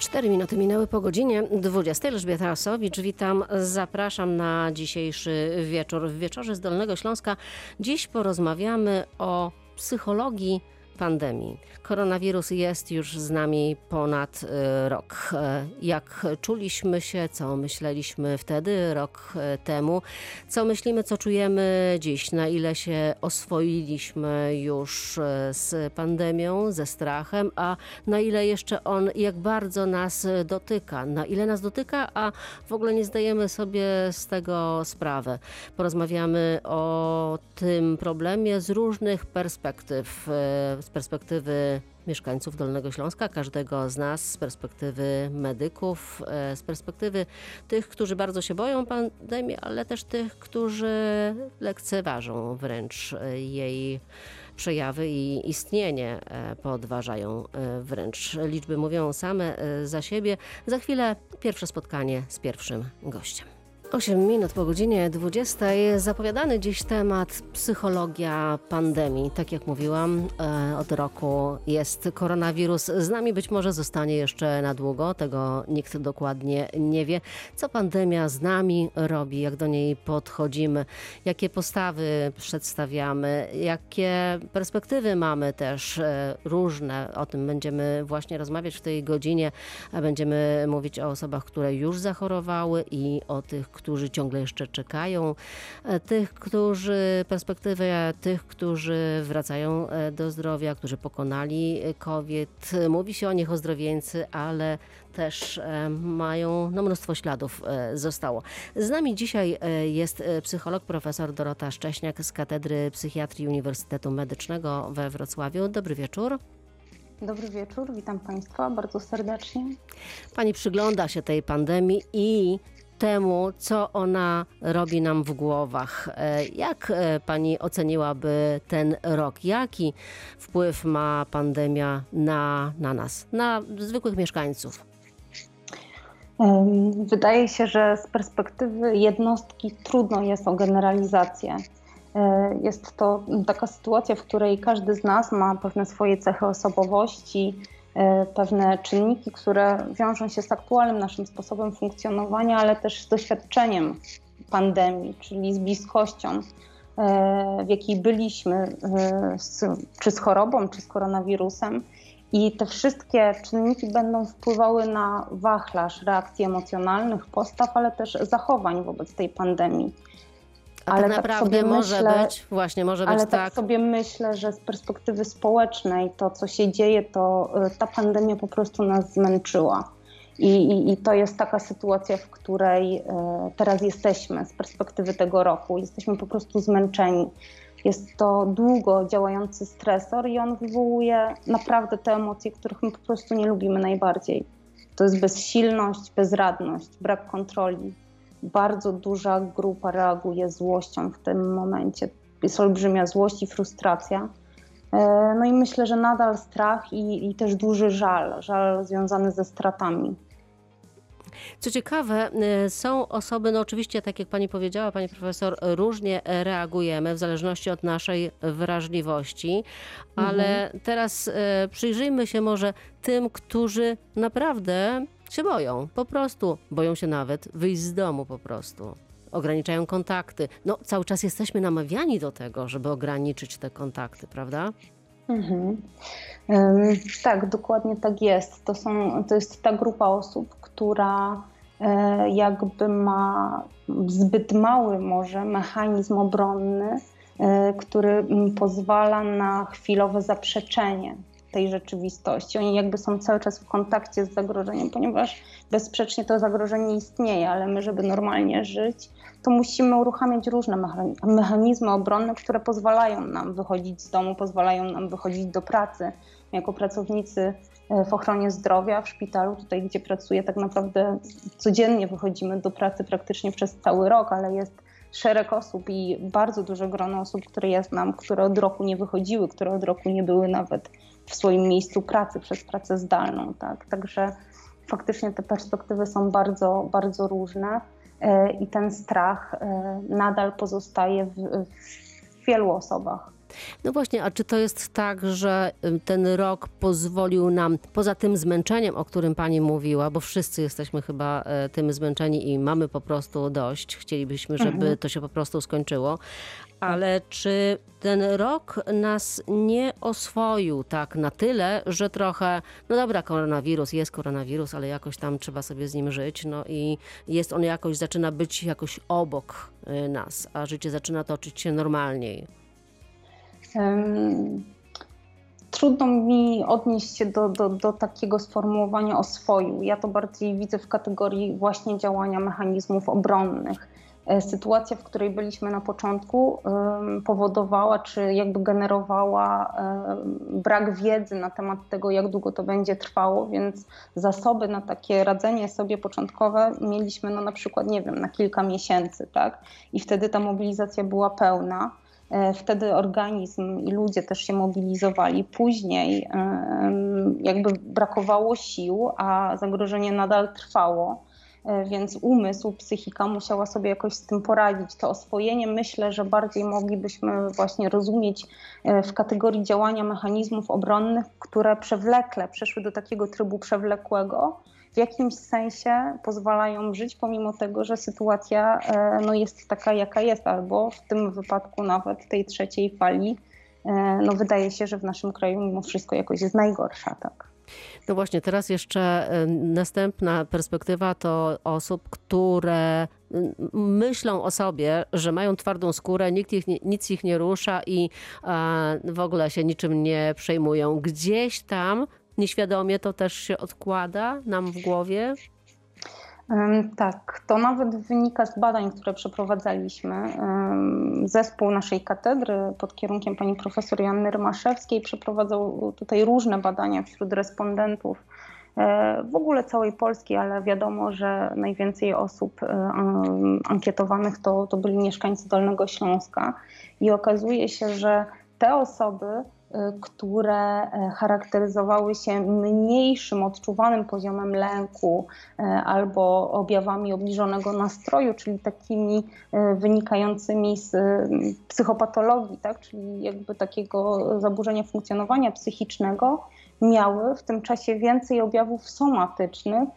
4 minuty minęły po godzinie 20. Elżbieta Asowicz, witam, zapraszam na dzisiejszy wieczór. W Wieczorze z Dolnego Śląska dziś porozmawiamy o psychologii pandemii. Koronawirus jest już z nami ponad rok. Jak czuliśmy się, co myśleliśmy wtedy, rok temu, co myślimy, co czujemy dziś, na ile się oswoiliśmy już z pandemią, ze strachem, a na ile jeszcze on, jak bardzo nas dotyka, na ile nas dotyka, a w ogóle nie zdajemy sobie z tego sprawy. Porozmawiamy o tym problemie z różnych perspektyw. Z perspektywy mieszkańców Dolnego Śląska, każdego z nas, z perspektywy medyków, z perspektywy tych, którzy bardzo się boją pandemii, ale też tych, którzy lekceważą wręcz jej przejawy i istnienie podważają wręcz. Liczby mówią same za siebie. Za chwilę pierwsze spotkanie z pierwszym gościem. 8 minut po godzinie 20. Zapowiadany dziś temat psychologia pandemii. Tak jak mówiłam, od roku jest koronawirus. Z nami być może zostanie jeszcze na długo. Tego nikt dokładnie nie wie. Co pandemia z nami robi, jak do niej podchodzimy, jakie postawy przedstawiamy, jakie perspektywy mamy też różne. O tym będziemy właśnie rozmawiać w tej godzinie. Będziemy mówić o osobach, które już zachorowały i o tych, którzy ciągle jeszcze czekają, perspektywę tych, którzy wracają do zdrowia, którzy pokonali COVID. Mówi się o nich ozdrowieńcy, ale też mają, mnóstwo śladów zostało. Z nami dzisiaj jest psycholog profesor Dorota Szcześniak z Katedry Psychiatrii Uniwersytetu Medycznego we Wrocławiu. Dobry wieczór. Dobry wieczór, witam Państwa bardzo serdecznie. Pani przygląda się tej pandemii i temu, co ona robi nam w głowach. Jak pani oceniłaby ten rok? Jaki wpływ ma pandemia na nas, na zwykłych mieszkańców? Wydaje się, że z perspektywy jednostki trudno jest o generalizację. Jest to taka sytuacja, w której każdy z nas ma pewne swoje cechy osobowości, pewne czynniki, które wiążą się z aktualnym naszym sposobem funkcjonowania, ale też z doświadczeniem pandemii, czyli z bliskością, w jakiej byliśmy, czy z chorobą, czy z koronawirusem. I te wszystkie czynniki będą wpływały na wachlarz reakcji emocjonalnych, postaw, ale też zachowań wobec tej pandemii. Ale tak naprawdę może być tak sobie myślę, że z perspektywy społecznej to, co się dzieje, to ta pandemia po prostu nas zmęczyła. I to jest taka sytuacja, w której teraz jesteśmy z perspektywy tego roku. Jesteśmy po prostu zmęczeni. Jest to długo działający stresor i on wywołuje naprawdę te emocje, których my po prostu nie lubimy najbardziej. To jest bezsilność, bezradność, brak kontroli. Bardzo duża grupa reaguje złością w tym momencie. Jest olbrzymia złość i frustracja. No i myślę, że nadal strach i też duży żal związany ze stratami. Co ciekawe, są osoby, oczywiście, tak jak pani powiedziała, pani profesor, różnie reagujemy w zależności od naszej wrażliwości, ale teraz przyjrzyjmy się może tym, którzy naprawdę się boją, po prostu boją się nawet wyjść z domu po prostu. Ograniczają kontakty. Cały czas jesteśmy namawiani do tego, żeby ograniczyć te kontakty, prawda? Tak, dokładnie tak jest. To jest ta grupa osób, która jakby ma zbyt mały może mechanizm obronny, który pozwala na chwilowe zaprzeczenie tej rzeczywistości. Oni jakby są cały czas w kontakcie z zagrożeniem, ponieważ bezsprzecznie to zagrożenie istnieje, ale my, żeby normalnie żyć, to musimy uruchamiać różne mechanizmy obronne, które pozwalają nam wychodzić z domu, pozwalają nam wychodzić do pracy. Jako pracownicy w ochronie zdrowia, w szpitalu, tutaj gdzie pracuję, tak naprawdę codziennie wychodzimy do pracy praktycznie przez cały rok, ale jest szereg osób i bardzo duże grono osób, które od roku nie wychodziły, które od roku nie były nawet w swoim miejscu pracy przez pracę zdalną. Tak? Także faktycznie te perspektywy są bardzo, bardzo różne i ten strach nadal pozostaje w wielu osobach. No właśnie, a czy to jest tak, że ten rok pozwolił nam, poza tym zmęczeniem, o którym pani mówiła, bo wszyscy jesteśmy chyba tym zmęczeni i mamy po prostu dość, chcielibyśmy, żeby to się po prostu skończyło, ale czy ten rok nas nie oswoił tak na tyle, że trochę, no dobra, jest koronawirus, ale jakoś tam trzeba sobie z nim żyć, no i jest on jakoś, zaczyna być jakoś obok nas, a życie zaczyna toczyć się normalniej. Trudno mi odnieść się do takiego sformułowania oswoił. Ja to bardziej widzę w kategorii właśnie działania mechanizmów obronnych. Sytuacja, w której byliśmy na początku, powodowała, czy jakby generowała brak wiedzy na temat tego, jak długo to będzie trwało, więc zasoby na takie radzenie sobie początkowe mieliśmy no na przykład, nie wiem, na kilka miesięcy, tak? I wtedy ta mobilizacja była pełna. Wtedy organizm i ludzie też się mobilizowali. Później jakby brakowało sił, a zagrożenie nadal trwało, więc umysł, psychika musiała sobie jakoś z tym poradzić. To oswojenie myślę, że bardziej moglibyśmy właśnie rozumieć w kategorii działania mechanizmów obronnych, które przewlekle przeszły do takiego trybu przewlekłego, w jakimś sensie pozwalają żyć, pomimo tego, że sytuacja no, jest taka, jaka jest, albo w tym wypadku nawet tej trzeciej fali, no, wydaje się, że w naszym kraju mimo wszystko jakoś jest najgorsza. Tak. No właśnie, teraz jeszcze następna perspektywa to osób, które myślą o sobie, że mają twardą skórę, nic ich nie rusza i w ogóle się niczym nie przejmują. Gdzieś tam nieświadomie to też się odkłada nam w głowie. Tak, to nawet wynika z badań, które przeprowadzaliśmy. Zespół naszej katedry pod kierunkiem pani profesor Joanny Rymaszewskiej przeprowadzał tutaj różne badania wśród respondentów w ogóle całej Polski, ale wiadomo, że najwięcej osób ankietowanych to byli mieszkańcy Dolnego Śląska i okazuje się, że te osoby, które charakteryzowały się mniejszym odczuwanym poziomem lęku albo objawami obniżonego nastroju, czyli takimi wynikającymi z psychopatologii, tak? Czyli jakby takiego zaburzenia funkcjonowania psychicznego, miały w tym czasie więcej objawów somatycznych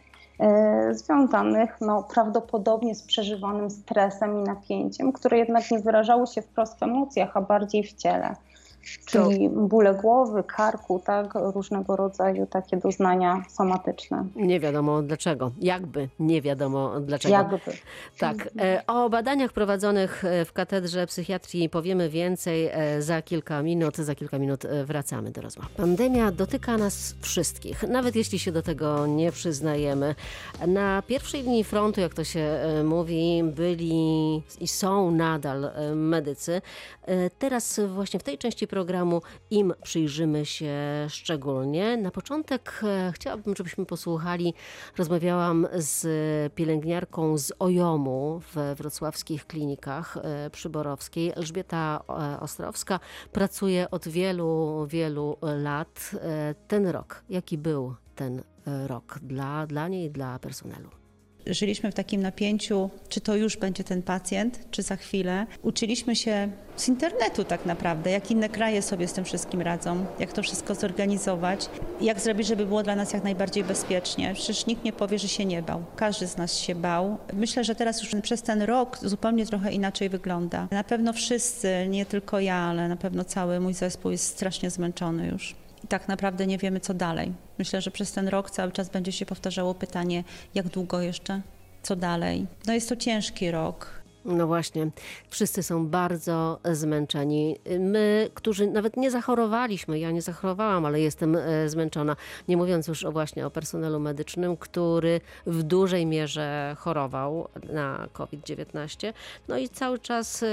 związanych no, prawdopodobnie z przeżywanym stresem i napięciem, które jednak nie wyrażały się wprost w emocjach, a bardziej w ciele. Czyli bóle głowy, karku, tak, różnego rodzaju takie doznania somatyczne. Nie wiadomo dlaczego. Jakby nie wiadomo dlaczego. Jakby. Tak. O badaniach prowadzonych w Katedrze Psychiatrii powiemy więcej za kilka minut. Za kilka minut wracamy do rozmowy. Pandemia dotyka nas wszystkich, nawet jeśli się do tego nie przyznajemy. Na pierwszej linii frontu, jak to się mówi, byli i są nadal medycy. Teraz właśnie w tej części programu im przyjrzymy się szczególnie. Na początek chciałabym, żebyśmy posłuchali. Rozmawiałam z pielęgniarką z OJOM-u w wrocławskich klinikach przy Borowskiej. Elżbieta Ostrowska pracuje od wielu, wielu lat. Ten rok, jaki był ten rok dla niej i dla personelu? Żyliśmy w takim napięciu, czy to już będzie ten pacjent, czy za chwilę. Uczyliśmy się z internetu tak naprawdę, jak inne kraje sobie z tym wszystkim radzą, jak to wszystko zorganizować, jak zrobić, żeby było dla nas jak najbardziej bezpiecznie. Przecież nikt nie powie, że się nie bał. Każdy z nas się bał. Myślę, że teraz już przez ten rok zupełnie trochę inaczej wygląda. Na pewno wszyscy, nie tylko ja, ale na pewno cały mój zespół jest strasznie zmęczony już. I tak naprawdę nie wiemy, co dalej. Myślę, że przez ten rok cały czas będzie się powtarzało pytanie, jak długo jeszcze, co dalej. No jest to ciężki rok. No właśnie, wszyscy są bardzo zmęczeni. My, którzy nawet nie zachorowaliśmy, ja nie zachorowałam, ale jestem zmęczona, nie mówiąc już o personelu medycznym, który w dużej mierze chorował na COVID-19, no i cały czas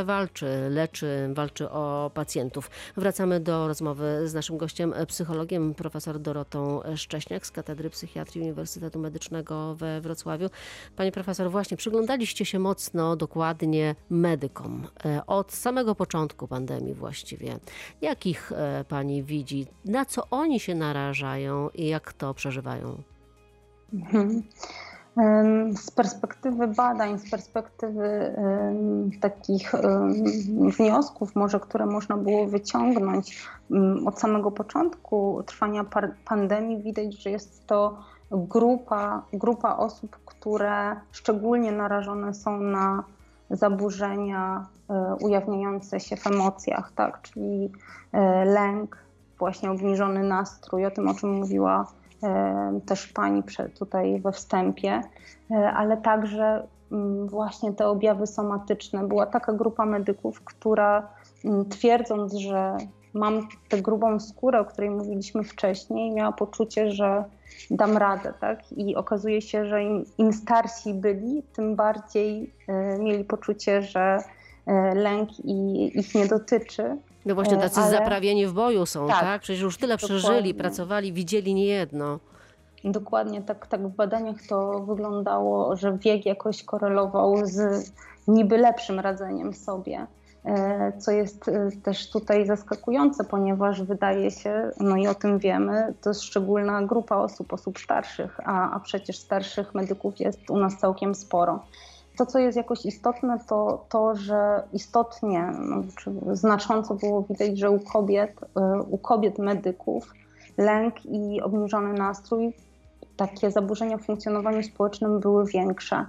walczy o pacjentów. Wracamy do rozmowy z naszym gościem, psychologiem, profesor Dorotą Szcześniak z Katedry Psychiatrii Uniwersytetu Medycznego we Wrocławiu. Pani profesor, właśnie przyglądaliście się mocno dokładnie medykom od samego początku pandemii właściwie. Jakich pani widzi, na co oni się narażają i jak to przeżywają? Z perspektywy badań, z perspektywy takich wniosków, może które można było wyciągnąć od samego początku trwania pandemii, widać, że jest to grupa osób, które szczególnie narażone są na zaburzenia ujawniające się w emocjach, tak? Czyli lęk, właśnie obniżony nastrój, o tym, o czym mówiła też pani tutaj we wstępie, ale także właśnie te objawy somatyczne. Była taka grupa medyków, która twierdząc, że mam tę grubą skórę, o której mówiliśmy wcześniej, miała poczucie, że dam radę, tak? I okazuje się, że im starsi byli, tym bardziej mieli poczucie, że lęk ich nie dotyczy. No właśnie tacy zaprawieni w boju są, tak? Przecież już tyle przeżyli, dokładnie. pracowali, widzieli niejedno. Dokładnie tak w badaniach to wyglądało, że wiek jakoś korelował z niby lepszym radzeniem sobie, co jest też tutaj zaskakujące, ponieważ wydaje się, no i o tym wiemy, to jest szczególna grupa osób starszych, a przecież starszych medyków jest u nas całkiem sporo. To, co jest jakoś istotne, to że istotnie, znacząco było widać, że u kobiet medyków lęk i obniżony nastrój, takie zaburzenia w funkcjonowaniu społecznym były większe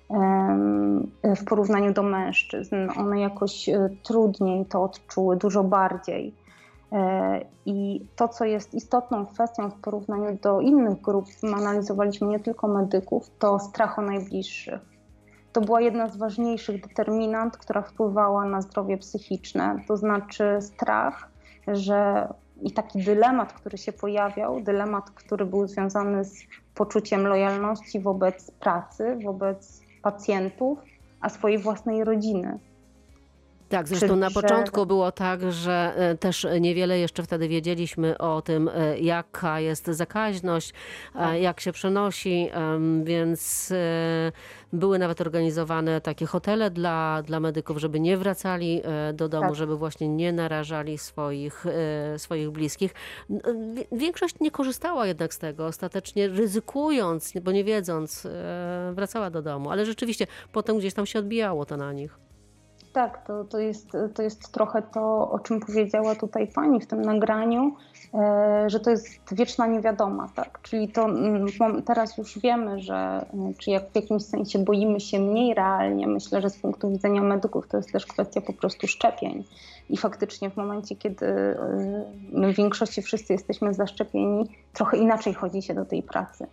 w porównaniu do mężczyzn. One jakoś trudniej to odczuły, dużo bardziej. I to, co jest istotną kwestią w porównaniu do innych grup, my analizowaliśmy nie tylko medyków, to strach o najbliższych. To była jedna z ważniejszych determinant, która wpływała na zdrowie psychiczne, to znaczy strach, i taki dylemat, który się pojawiał, dylemat, który był związany z poczuciem lojalności wobec pracy, wobec pacjentów, a swojej własnej rodziny. Tak, zresztą na początku było tak, że też niewiele jeszcze wtedy wiedzieliśmy o tym, jaka jest zakaźność, jak się przenosi, więc były nawet organizowane takie hotele dla medyków, żeby nie wracali do domu, żeby właśnie nie narażali swoich bliskich. Większość nie korzystała jednak z tego, ostatecznie ryzykując, bo nie wiedząc, wracała do domu, ale rzeczywiście potem gdzieś tam się odbijało to na nich. Tak, to jest trochę to, o czym powiedziała tutaj pani w tym nagraniu, że to jest wieczna niewiadoma, tak? Czyli to teraz już wiemy, czy jak w jakimś sensie boimy się mniej realnie. Myślę, że z punktu widzenia medyków to jest też kwestia po prostu szczepień. I faktycznie w momencie, kiedy my w większości wszyscy jesteśmy zaszczepieni, trochę inaczej chodzi się do tej pracy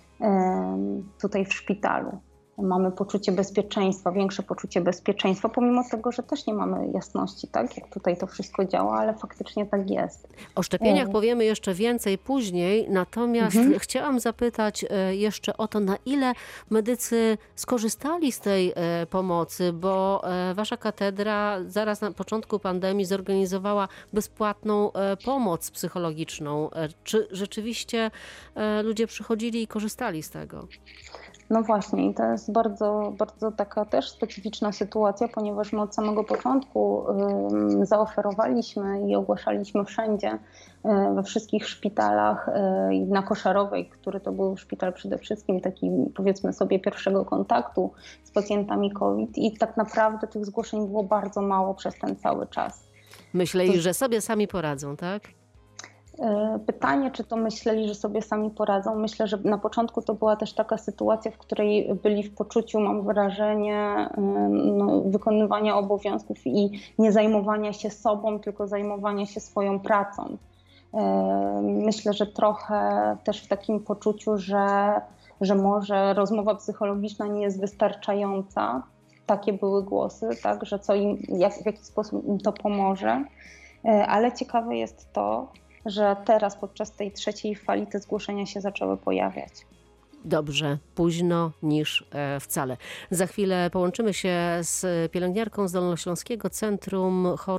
tutaj w szpitalu. Mamy poczucie bezpieczeństwa, większe poczucie bezpieczeństwa, pomimo tego, że też nie mamy jasności, tak, jak tutaj to wszystko działa, ale faktycznie tak jest. O szczepieniach powiemy jeszcze więcej później, natomiast chciałam zapytać jeszcze o to, na ile medycy skorzystali z tej pomocy, bo wasza katedra zaraz na początku pandemii zorganizowała bezpłatną pomoc psychologiczną. Czy rzeczywiście ludzie przychodzili i korzystali z tego? No właśnie, i to jest bardzo, bardzo taka też specyficzna sytuacja, ponieważ my od samego początku zaoferowaliśmy i ogłaszaliśmy wszędzie, we wszystkich szpitalach i na Koszarowej, który to był szpital przede wszystkim taki, powiedzmy sobie, pierwszego kontaktu z pacjentami COVID, i tak naprawdę tych zgłoszeń było bardzo mało przez ten cały czas. Myśleli, że sobie sami poradzą, tak? Pytanie, czy to myśleli, że sobie sami poradzą. Myślę, że na początku to była też taka sytuacja, w której byli w poczuciu, mam wrażenie, wykonywania obowiązków i nie zajmowania się sobą, tylko zajmowania się swoją pracą. Myślę, że trochę też w takim poczuciu, że może rozmowa psychologiczna nie jest wystarczająca. Takie były głosy, tak, że w jaki sposób im to pomoże. Ale ciekawe jest to, że teraz podczas tej trzeciej fali te zgłoszenia się zaczęły pojawiać. Dobrze, późno niż wcale. Za chwilę połączymy się z pielęgniarką z Dolnośląskiego Centrum Chorób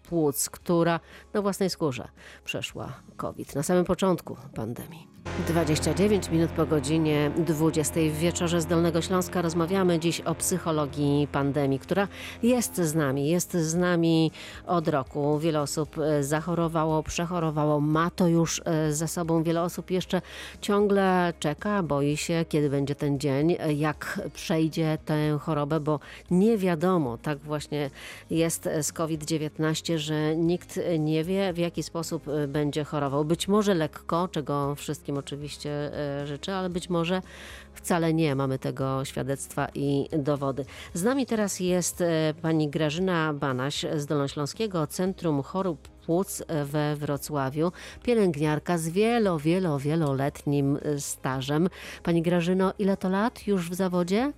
płuc, która na własnej skórze przeszła COVID na samym początku pandemii. 29 minut po godzinie 20 w Wieczorze z Dolnego Śląska rozmawiamy dziś o psychologii pandemii, która jest z nami od roku. Wiele osób zachorowało, przechorowało, ma to już za sobą. Wiele osób jeszcze ciągle czeka, boi się, kiedy będzie ten dzień, jak przejdzie tę chorobę, bo nie wiadomo, tak właśnie jest z COVID-19, że nikt nie wie, w jaki sposób będzie chorował. Być może lekko, czego wszystkim oczywiście życzę, ale być może wcale nie. Mamy tego świadectwa i dowody. Z nami teraz jest pani Grażyna Banaś z Dolnośląskiego Centrum Chorób Płuc we Wrocławiu. Pielęgniarka z wieloletnim stażem. Pani Grażyno, ile to lat już w zawodzie?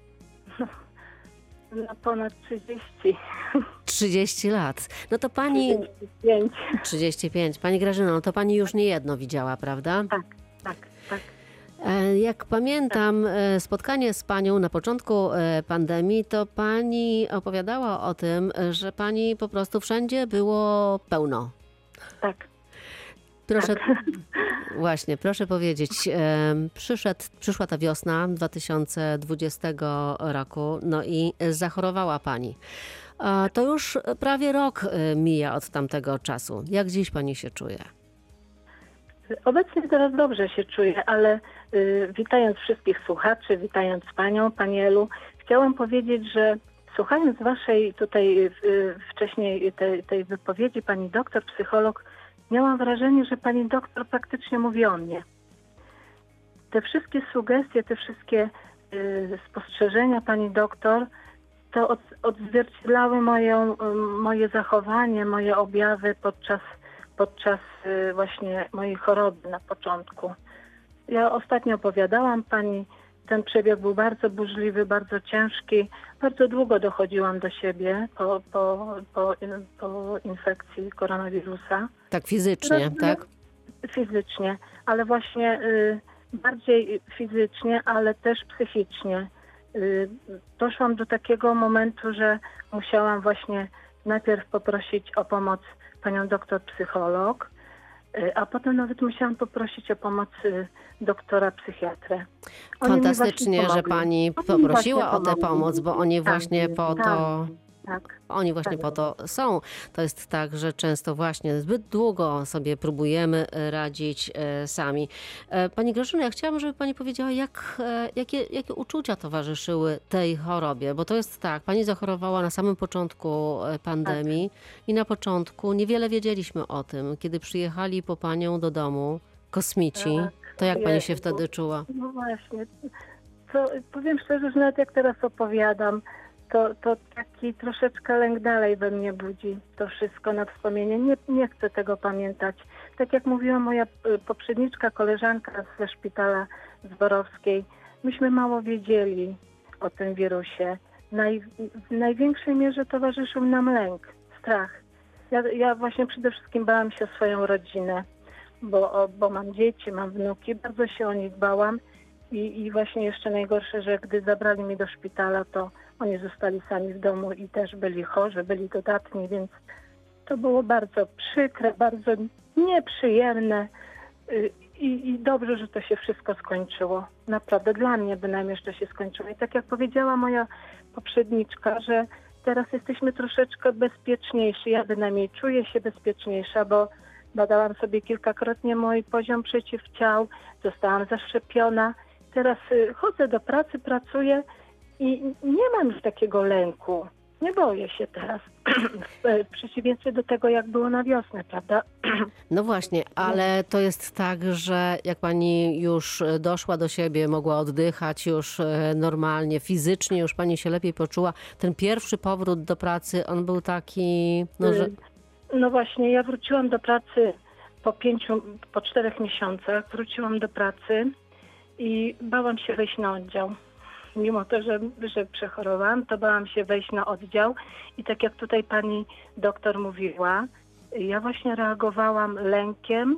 Na ponad 30. 30 lat. No to pani... 35. 35. Pani Grażyno, no to pani już nie jedno widziała, prawda? Tak. Jak pamiętam spotkanie z panią na początku pandemii, to pani opowiadała o tym, że pani po prostu wszędzie było pełno. Tak. Proszę, właśnie, proszę powiedzieć, przyszła ta wiosna 2020 roku, no i zachorowała pani. To już prawie rok mija od tamtego czasu. Jak dziś pani się czuje? Obecnie teraz dobrze się czuję, ale witając wszystkich słuchaczy, witając panią, pani Elu, chciałam powiedzieć, że słuchając waszej tutaj wcześniej tej wypowiedzi, pani doktor, psycholog, miałam wrażenie, że pani doktor praktycznie mówi o mnie. Te wszystkie sugestie, te wszystkie spostrzeżenia pani doktor, to odzwierciedlały moje zachowanie, moje objawy podczas właśnie mojej choroby na początku. Ja ostatnio opowiadałam pani, ten przebieg był bardzo burzliwy, bardzo ciężki. Bardzo długo dochodziłam do siebie po infekcji koronawirusa. Tak fizycznie, tak? Fizycznie, ale właśnie bardziej fizycznie, ale też psychicznie. Doszłam do takiego momentu, że musiałam właśnie najpierw poprosić o pomoc panią doktor psycholog, a potem nawet musiałam poprosić o pomoc doktora psychiatrę. Fantastycznie, że pani poprosiła o tę pomoc, bo oni właśnie po to... Tak. Oni właśnie po to są. To jest tak, że często właśnie zbyt długo sobie próbujemy radzić sami. Pani Grażyna, ja chciałam, żeby pani powiedziała, jakie uczucia towarzyszyły tej chorobie, bo to jest tak, pani zachorowała na samym początku pandemii i na początku niewiele wiedzieliśmy o tym. Kiedy przyjechali po panią do domu kosmici, to jak pani się wtedy czuła? No właśnie. To powiem szczerze, że nawet jak teraz opowiadam, to taki troszeczkę lęk dalej we mnie budzi to wszystko na wspomnienie. Nie chcę tego pamiętać. Tak jak mówiła moja poprzedniczka, koleżanka ze szpitala Zborowskiej, myśmy mało wiedzieli o tym wirusie. W największej mierze towarzyszył nam lęk, strach. Ja właśnie przede wszystkim bałam się o swoją rodzinę, bo mam dzieci, mam wnuki, bardzo się o nich bałam. I właśnie jeszcze najgorsze, że gdy zabrali mnie do szpitala, to oni zostali sami w domu i też byli chorzy, byli dodatni, więc to było bardzo przykre, bardzo nieprzyjemne i dobrze, że to się wszystko skończyło. Naprawdę, dla mnie bynajmniej, że to się skończyło. I tak jak powiedziała moja poprzedniczka, że teraz jesteśmy troszeczkę bezpieczniejsi. Ja bynajmniej czuję się bezpieczniejsza, bo badałam sobie kilkakrotnie mój poziom przeciwciał, zostałam zaszczepiona. Teraz chodzę do pracy, pracuję i nie mam już takiego lęku. Nie boję się teraz. W przeciwieństwie do tego, jak było na wiosnę, prawda? No właśnie, ale to jest tak, że jak pani już doszła do siebie, mogła oddychać już normalnie, fizycznie już pani się lepiej poczuła, ten pierwszy powrót do pracy, on był taki... No właśnie, ja wróciłam do pracy po 4 miesiącach. Wróciłam do pracy i bałam się wejść na oddział. Mimo to, że przechorowałam, to bałam się wejść na oddział i tak jak tutaj pani doktor mówiła, ja właśnie reagowałam lękiem.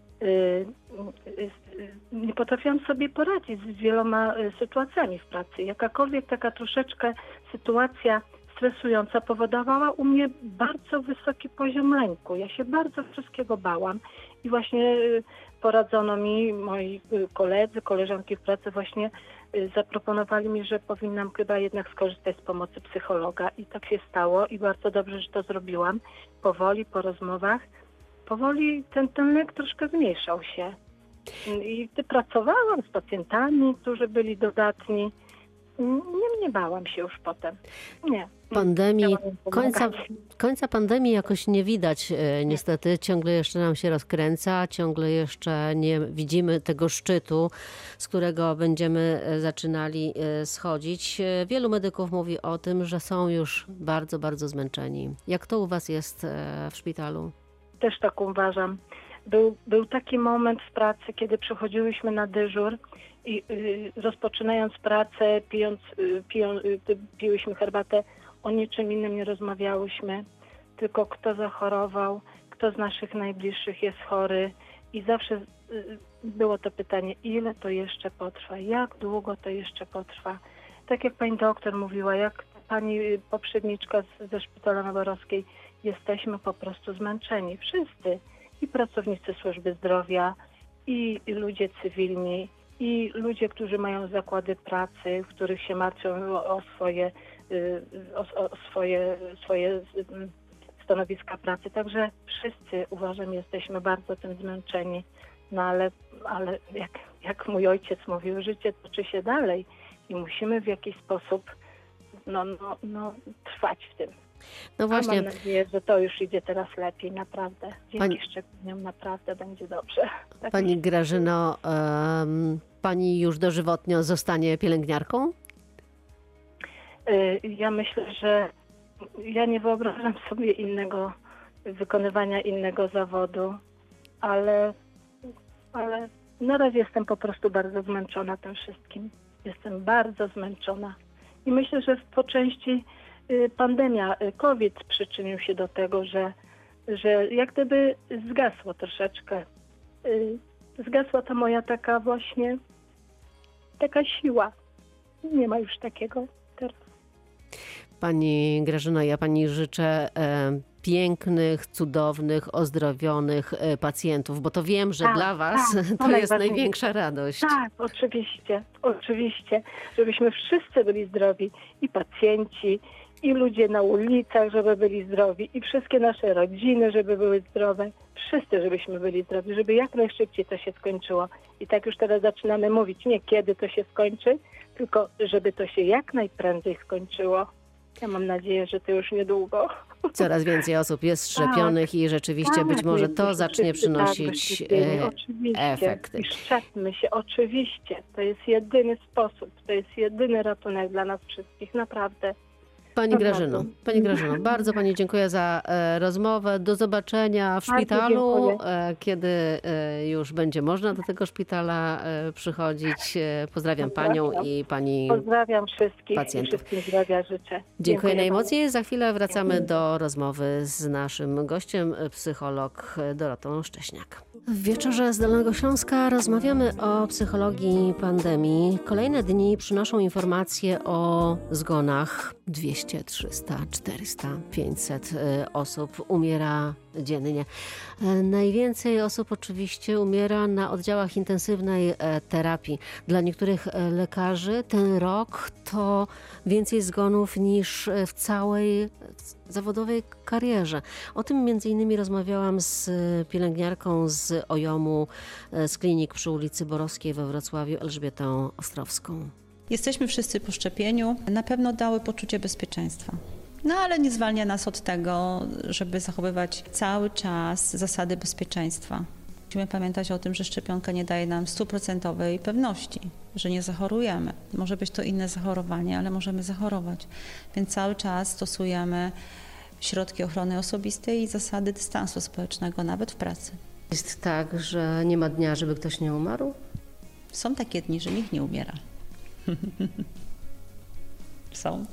Nie potrafiłam sobie poradzić z wieloma sytuacjami w pracy. Jakakolwiek taka troszeczkę sytuacja stresująca, powodowała u mnie bardzo wysoki poziom lęku. Ja się bardzo wszystkiego bałam i właśnie poradzono mi, moi koledzy, koleżanki w pracy właśnie zaproponowali mi, że powinnam chyba jednak skorzystać z pomocy psychologa i tak się stało i bardzo dobrze, że to zrobiłam. Powoli, po rozmowach, powoli ten lęk troszkę zmniejszał się. I pracowałam z pacjentami, którzy byli dodatni. Nie bałam się już potem. Nie. Pandemii, Chciałam pomagać. końca pandemii jakoś nie widać niestety. Ciągle jeszcze nam się rozkręca, ciągle jeszcze nie widzimy tego szczytu, z którego będziemy zaczynali schodzić. Wielu medyków mówi o tym, że są już bardzo, bardzo zmęczeni. Jak to u was jest w szpitalu? Też tak uważam. Był taki moment w pracy, kiedy przychodziłyśmy na dyżur i rozpoczynając pracę, piłyśmy herbatę, o niczym innym nie rozmawiałyśmy, tylko kto zachorował, kto z naszych najbliższych jest chory i zawsze było to pytanie, ile to jeszcze potrwa, jak długo to jeszcze potrwa. Tak jak pani doktor mówiła, jak pani poprzedniczka ze Szpitala Noworodskiej, jesteśmy po prostu zmęczeni, wszyscy. I pracownicy służby zdrowia, i ludzie cywilni, i ludzie, którzy mają zakłady pracy, w których się martwią o swoje stanowiska pracy. Także wszyscy, uważam, jesteśmy bardzo tym zmęczeni. No ale jak mój ojciec mówił, życie toczy się dalej i musimy w jakiś sposób trwać w tym. No właśnie. A mam nadzieję, że to już idzie teraz lepiej, naprawdę. Dzięki szczepieniom naprawdę będzie dobrze. Tak Pani Grażyno, pani już dożywotnio zostanie pielęgniarką? Ja myślę, że ja nie wyobrażam sobie wykonywania innego zawodu, ale na razie jestem po prostu bardzo zmęczona tym wszystkim. Jestem bardzo zmęczona. I myślę, że po części pandemia, COVID przyczynił się do tego, że jak gdyby zgasło troszeczkę. Zgasła ta moja taka siła. Nie ma już takiego teraz. Pani Grażyno, ja pani życzę pięknych, cudownych, ozdrowionych pacjentów, bo to wiem, że dla was to jest największa radość. Tak, oczywiście, żebyśmy wszyscy byli zdrowi i pacjenci, i ludzie na ulicach, żeby byli zdrowi, i wszystkie nasze rodziny, żeby były zdrowe, wszyscy, żebyśmy byli zdrowi, żeby jak najszybciej to się skończyło. I tak już teraz zaczynamy mówić, nie kiedy to się skończy, tylko żeby to się jak najprędzej skończyło. Ja mam nadzieję, że to już niedługo. Coraz więcej osób jest szczepionych i rzeczywiście być może to zacznie przynosić efekty. I szczepmy się, oczywiście. To jest jedyny sposób, to jest jedyny ratunek dla nas wszystkich, naprawdę. Pani Grażyno, bardzo pani dziękuję za rozmowę. Do zobaczenia w szpitalu, kiedy już będzie można do tego szpitala przychodzić. Pozdrawiam panią i pani Pozdrawiam wszystkich pacjentów. I wszystkim zdrowia życzę. Dziękuję najmocniej. Za chwilę wracamy do rozmowy z naszym gościem, psycholog Dorotą Szcześniak. W Wieczorze z Dolnego Śląska rozmawiamy o psychologii pandemii. Kolejne dni przynoszą informacje o zgonach. 200, 300, 400, 500 osób umiera dziennie. Najwięcej osób oczywiście umiera na oddziałach intensywnej terapii. Dla niektórych lekarzy ten rok to więcej zgonów niż w całej zawodowej karierze. O tym między innymi rozmawiałam z pielęgniarką z OJOM-u z klinik przy ulicy Borowskiej we Wrocławiu, Elżbietą Ostrowską. Jesteśmy wszyscy po szczepieniu. Na pewno dały poczucie bezpieczeństwa. No ale nie zwalnia nas od tego, żeby zachowywać cały czas zasady bezpieczeństwa. Musimy pamiętać o tym, że szczepionka nie daje nam 100% pewności, że nie zachorujemy. Może być to inne zachorowanie, ale możemy zachorować. Więc cały czas stosujemy środki ochrony osobistej i zasady dystansu społecznego, nawet w pracy. Jest tak, że nie ma dnia, żeby ktoś nie umarł? Są takie dni, że nikt nie umiera. Są.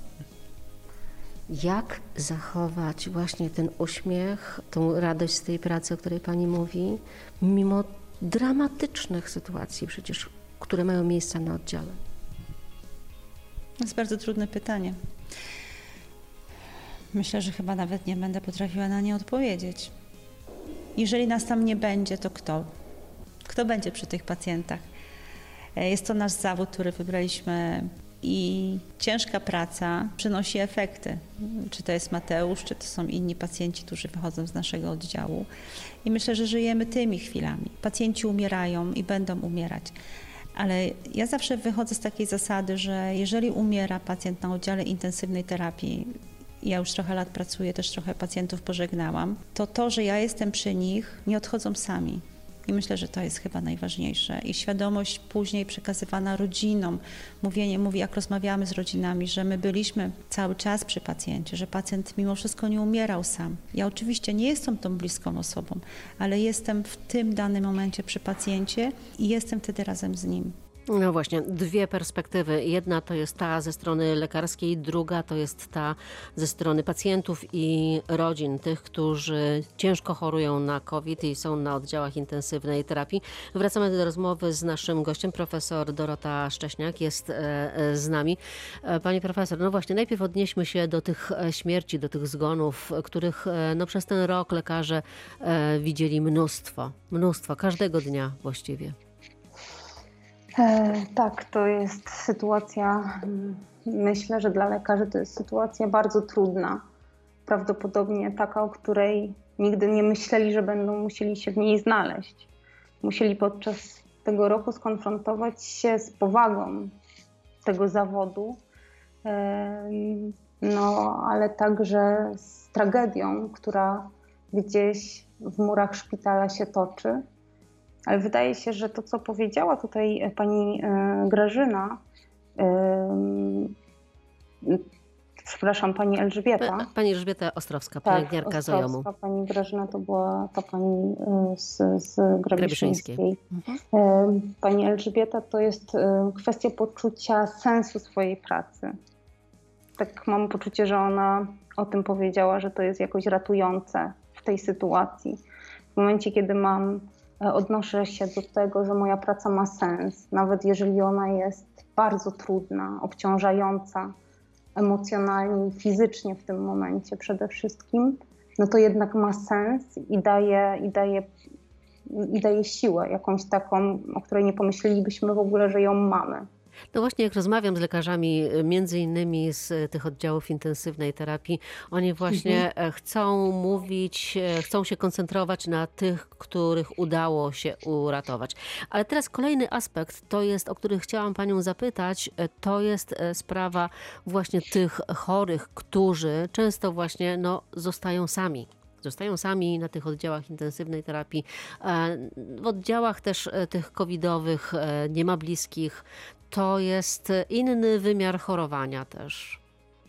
Jak zachować właśnie ten uśmiech, tą radość z tej pracy, o której pani mówi, mimo dramatycznych sytuacji przecież, które mają miejsce na oddziale? To jest bardzo trudne pytanie. Myślę, że chyba nawet nie będę potrafiła na nie odpowiedzieć. Jeżeli nas tam nie będzie, to kto? Kto będzie przy tych pacjentach? Jest to nasz zawód, który wybraliśmy i ciężka praca przynosi efekty. Czy to jest Mateusz, czy to są inni pacjenci, którzy wychodzą z naszego oddziału. I myślę, że żyjemy tymi chwilami. Pacjenci umierają i będą umierać. Ale ja zawsze wychodzę z takiej zasady, że jeżeli umiera pacjent na oddziale intensywnej terapii, ja już trochę lat pracuję, też trochę pacjentów pożegnałam, to, że ja jestem przy nich, nie odchodzą sami. I myślę, że to jest chyba najważniejsze. I świadomość później przekazywana rodzinom, jak rozmawiamy z rodzinami, że my byliśmy cały czas przy pacjencie, że pacjent mimo wszystko nie umierał sam. Ja oczywiście nie jestem tą bliską osobą, ale jestem w tym danym momencie przy pacjencie i jestem wtedy razem z nim. No właśnie, dwie perspektywy. Jedna to jest ta ze strony lekarskiej, druga to jest ta ze strony pacjentów i rodzin, tych, którzy ciężko chorują na COVID i są na oddziałach intensywnej terapii. Wracamy do rozmowy z naszym gościem, profesor Dorota Szcześniak jest z nami. Pani profesor, no właśnie, najpierw odnieśmy się do tych śmierci, do tych zgonów, których no przez ten rok lekarze widzieli mnóstwo, każdego dnia właściwie. Tak, to jest sytuacja, myślę, że dla lekarzy to jest sytuacja bardzo trudna. Prawdopodobnie taka, o której nigdy nie myśleli, że będą musieli się w niej znaleźć. Musieli podczas tego roku skonfrontować się z powagą tego zawodu, no ale także z tragedią, która gdzieś w murach szpitala się toczy. Ale wydaje się, że to, co powiedziała tutaj pani Grażyna, pani Elżbieta. Pani Elżbieta Ostrowska, pielęgniarka ZOJOM-u. Pani Grażyna to była ta pani z Grabiszyńskiej. Pani Elżbieta to jest kwestia poczucia sensu swojej pracy. Tak mam poczucie, że ona o tym powiedziała, że to jest jakoś ratujące w tej sytuacji. W momencie, kiedy odnoszę się do tego, że moja praca ma sens, nawet jeżeli ona jest bardzo trudna, obciążająca emocjonalnie i fizycznie w tym momencie przede wszystkim, no to jednak ma sens i daje siłę jakąś taką, o której nie pomyślelibyśmy w ogóle, że ją mamy. No właśnie, jak rozmawiam z lekarzami, między innymi z tych oddziałów intensywnej terapii, oni właśnie chcą mówić, chcą się koncentrować na tych, których udało się uratować. Ale teraz kolejny aspekt, to jest, o który chciałam panią zapytać, to jest sprawa właśnie tych chorych, którzy często właśnie zostają sami. Zostają sami na tych oddziałach intensywnej terapii. W oddziałach też tych covidowych nie ma bliskich. To jest inny wymiar chorowania też.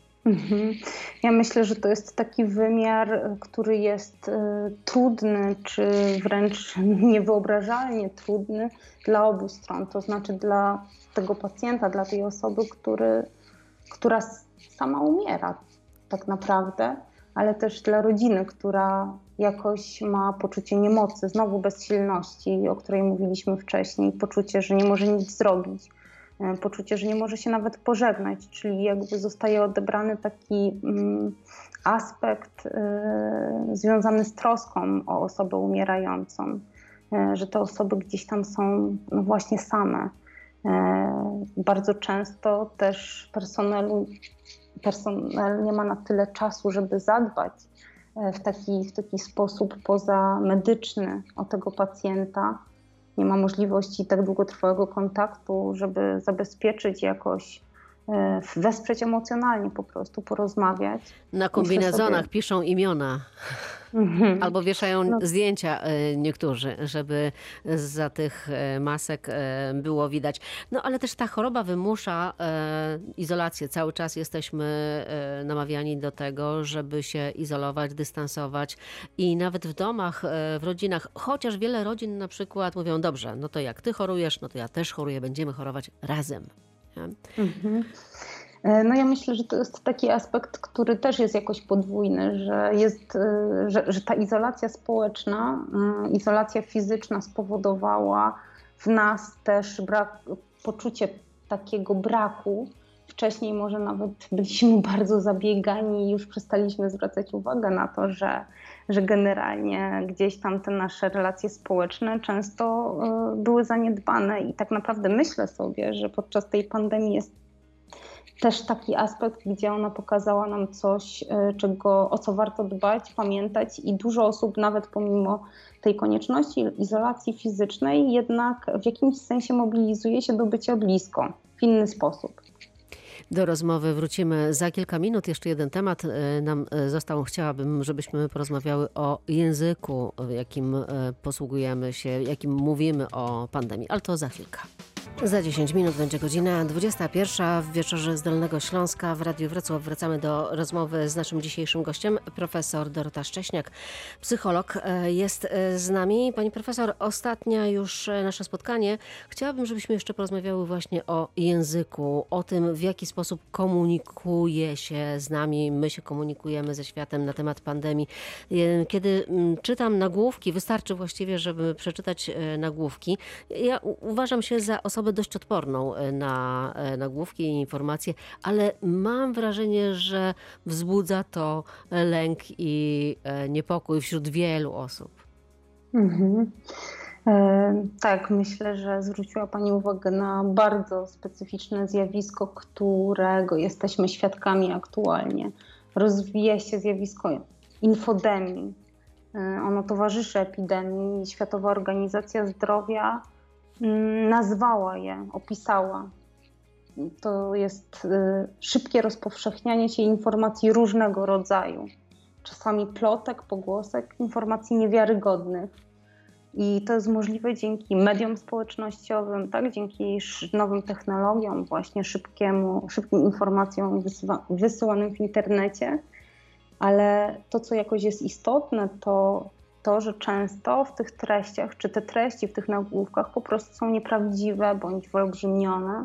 Ja myślę, że to jest taki wymiar, który jest trudny, czy wręcz niewyobrażalnie trudny dla obu stron. To znaczy dla tego pacjenta, dla tej osoby, która sama umiera tak naprawdę, ale też dla rodziny, która jakoś ma poczucie niemocy, znowu bezsilności, o której mówiliśmy wcześniej, poczucie, że nie może nic zrobić, poczucie, że nie może się nawet pożegnać, czyli jakby zostaje odebrany taki aspekt związany z troską o osobę umierającą, że te osoby gdzieś tam są właśnie same. Bardzo często też personel nie ma na tyle czasu, żeby zadbać w taki sposób pozamedyczny o tego pacjenta. Nie ma możliwości tak długotrwałego kontaktu, żeby zabezpieczyć jakoś, wesprzeć emocjonalnie po prostu, porozmawiać. Na kombinezonach piszą imiona. Albo wieszają zdjęcia niektórzy, żeby zza tych masek było widać. No ale też ta choroba wymusza izolację. Cały czas jesteśmy namawiani do tego, żeby się izolować, dystansować i nawet w domach, w rodzinach, chociaż wiele rodzin na przykład mówią, dobrze, no to jak ty chorujesz, no to ja też choruję, będziemy chorować razem. No ja myślę, że to jest taki aspekt, który też jest jakoś podwójny, że ta izolacja społeczna, izolacja fizyczna spowodowała w nas też poczucie takiego braku, Wcześniej może nawet byliśmy bardzo zabiegani i już przestaliśmy zwracać uwagę na to, że generalnie gdzieś tam te nasze relacje społeczne często były zaniedbane i tak naprawdę myślę sobie, że podczas tej pandemii jest też taki aspekt, gdzie ona pokazała nam coś, o co warto dbać, pamiętać i dużo osób nawet pomimo tej konieczności izolacji fizycznej jednak w jakimś sensie mobilizuje się do bycia blisko w inny sposób. Do rozmowy wrócimy za kilka minut. Jeszcze jeden temat nam został. Chciałabym, żebyśmy porozmawiały o języku, jakim posługujemy się, jakim mówimy o pandemii, ale to za chwilkę. Za 10 minut będzie godzina 21 w Wieczorze z Dolnego Śląska w Radiu Wrocław. Wracamy do rozmowy z naszym dzisiejszym gościem, profesor Dorota Szcześniak, psycholog, jest z nami. Pani profesor, ostatnia już nasze spotkanie. Chciałabym, żebyśmy jeszcze porozmawiały właśnie o języku, o tym, w jaki sposób komunikuje się z nami, my się komunikujemy ze światem na temat pandemii. Kiedy czytam nagłówki, wystarczy właściwie, żeby przeczytać nagłówki. Ja uważam się za osobę dość odporną na nagłówki i informacje, ale mam wrażenie, że wzbudza to lęk i niepokój wśród wielu osób. Tak, myślę, że zwróciła Pani uwagę na bardzo specyficzne zjawisko, którego jesteśmy świadkami aktualnie. Rozwija się zjawisko infodemii. Ono towarzyszy epidemii. Światowa Organizacja Zdrowia nazwała je, opisała. To jest szybkie rozpowszechnianie się informacji różnego rodzaju. Czasami plotek, pogłosek, informacji niewiarygodnych. I to jest możliwe dzięki mediom społecznościowym, tak? Dzięki nowym technologiom, właśnie szybkim informacjom wysyłanym w internecie. Ale to, co jakoś jest istotne, to, że często w tych treściach, czy te treści w tych nagłówkach po prostu są nieprawdziwe bądź wyolbrzymione,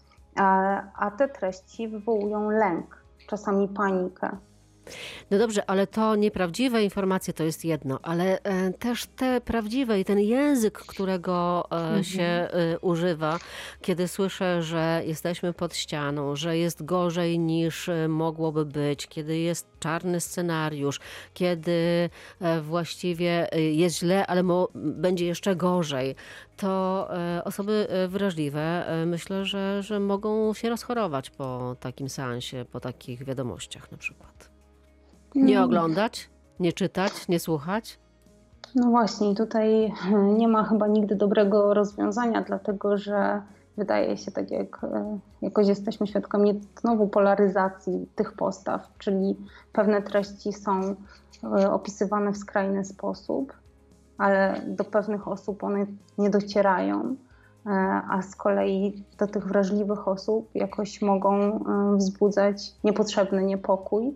a te treści wywołują lęk, czasami panikę. No dobrze, ale to nieprawdziwe informacje to jest jedno, ale też te prawdziwe i ten język, którego się używa, kiedy słyszę, że jesteśmy pod ścianą, że jest gorzej niż mogłoby być, kiedy jest czarny scenariusz, kiedy właściwie jest źle, ale będzie jeszcze gorzej, to osoby wrażliwe myślę, że mogą się rozchorować po takim seansie, po takich wiadomościach na przykład. Nie oglądać, nie czytać, nie słuchać? No właśnie, tutaj nie ma chyba nigdy dobrego rozwiązania, dlatego że wydaje się, tak jak jakoś jesteśmy świadkami znowu polaryzacji tych postaw, czyli pewne treści są opisywane w skrajny sposób, ale do pewnych osób one nie docierają, a z kolei do tych wrażliwych osób jakoś mogą wzbudzać niepotrzebny niepokój.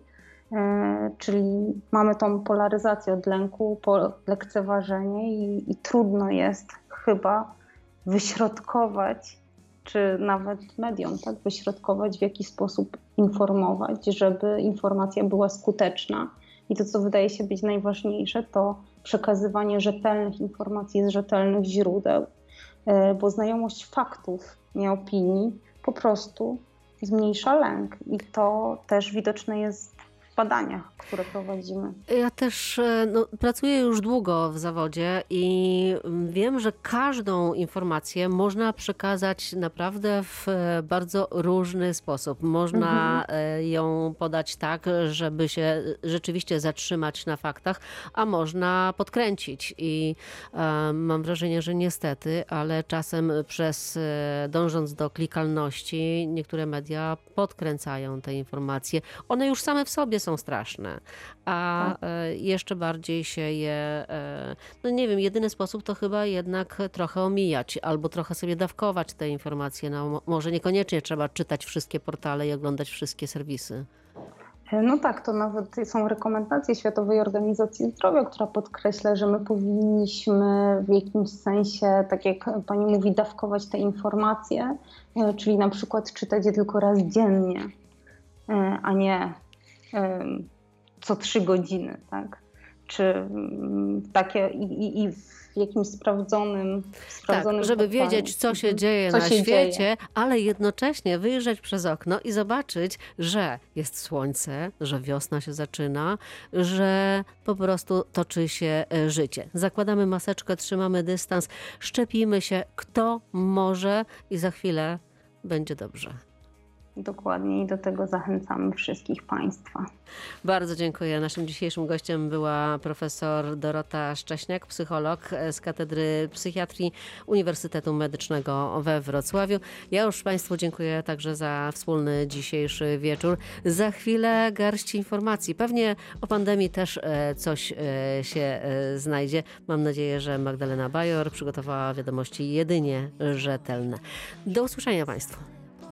Czyli mamy tą polaryzację od lęku po lekceważenie i trudno jest chyba wyśrodkować, czy nawet mediom, tak, wyśrodkować, w jaki sposób informować, żeby informacja była skuteczna. I to, co wydaje się być najważniejsze, to przekazywanie rzetelnych informacji z rzetelnych źródeł, bo znajomość faktów, nie opinii, po prostu zmniejsza lęk. I to też widoczne jest w badaniach, które prowadzimy. Ja też pracuję już długo w zawodzie i wiem, że każdą informację można przekazać naprawdę w bardzo różny sposób. Można ją podać tak, żeby się rzeczywiście zatrzymać na faktach, a można podkręcić. I mam wrażenie, że niestety, ale czasem dążąc do klikalności, niektóre media podkręcają te informacje. One już same w sobie są straszne, a jeszcze bardziej się je, no nie wiem, jedyny sposób to chyba jednak trochę omijać albo trochę sobie dawkować te informacje. No, może niekoniecznie trzeba czytać wszystkie portale i oglądać wszystkie serwisy. No tak, to nawet są rekomendacje Światowej Organizacji Zdrowia, która podkreśla, że my powinniśmy w jakimś sensie, tak jak pani mówi, dawkować te informacje, czyli na przykład czytać je tylko raz dziennie, a nie co 3 godziny, tak? czy takie i w jakimś sprawdzonym Tak, żeby podcaście. wiedzieć, co się dzieje Co na się świecie, dzieje. ale jednocześnie wyjrzeć przez okno i zobaczyć, że jest słońce, że wiosna się zaczyna, że po prostu toczy się życie. Zakładamy maseczkę, trzymamy dystans, szczepimy się, kto może i za chwilę będzie dobrze. Dokładnie, i do tego zachęcamy wszystkich Państwa. Bardzo dziękuję. Naszym dzisiejszym gościem była profesor Dorota Szcześniak, psycholog z Katedry Psychiatrii Uniwersytetu Medycznego we Wrocławiu. Ja już Państwu dziękuję także za wspólny dzisiejszy wieczór. Za chwilę garść informacji. Pewnie o pandemii też coś się znajdzie. Mam nadzieję, że Magdalena Bajor przygotowała wiadomości jedynie rzetelne. Do usłyszenia Państwu.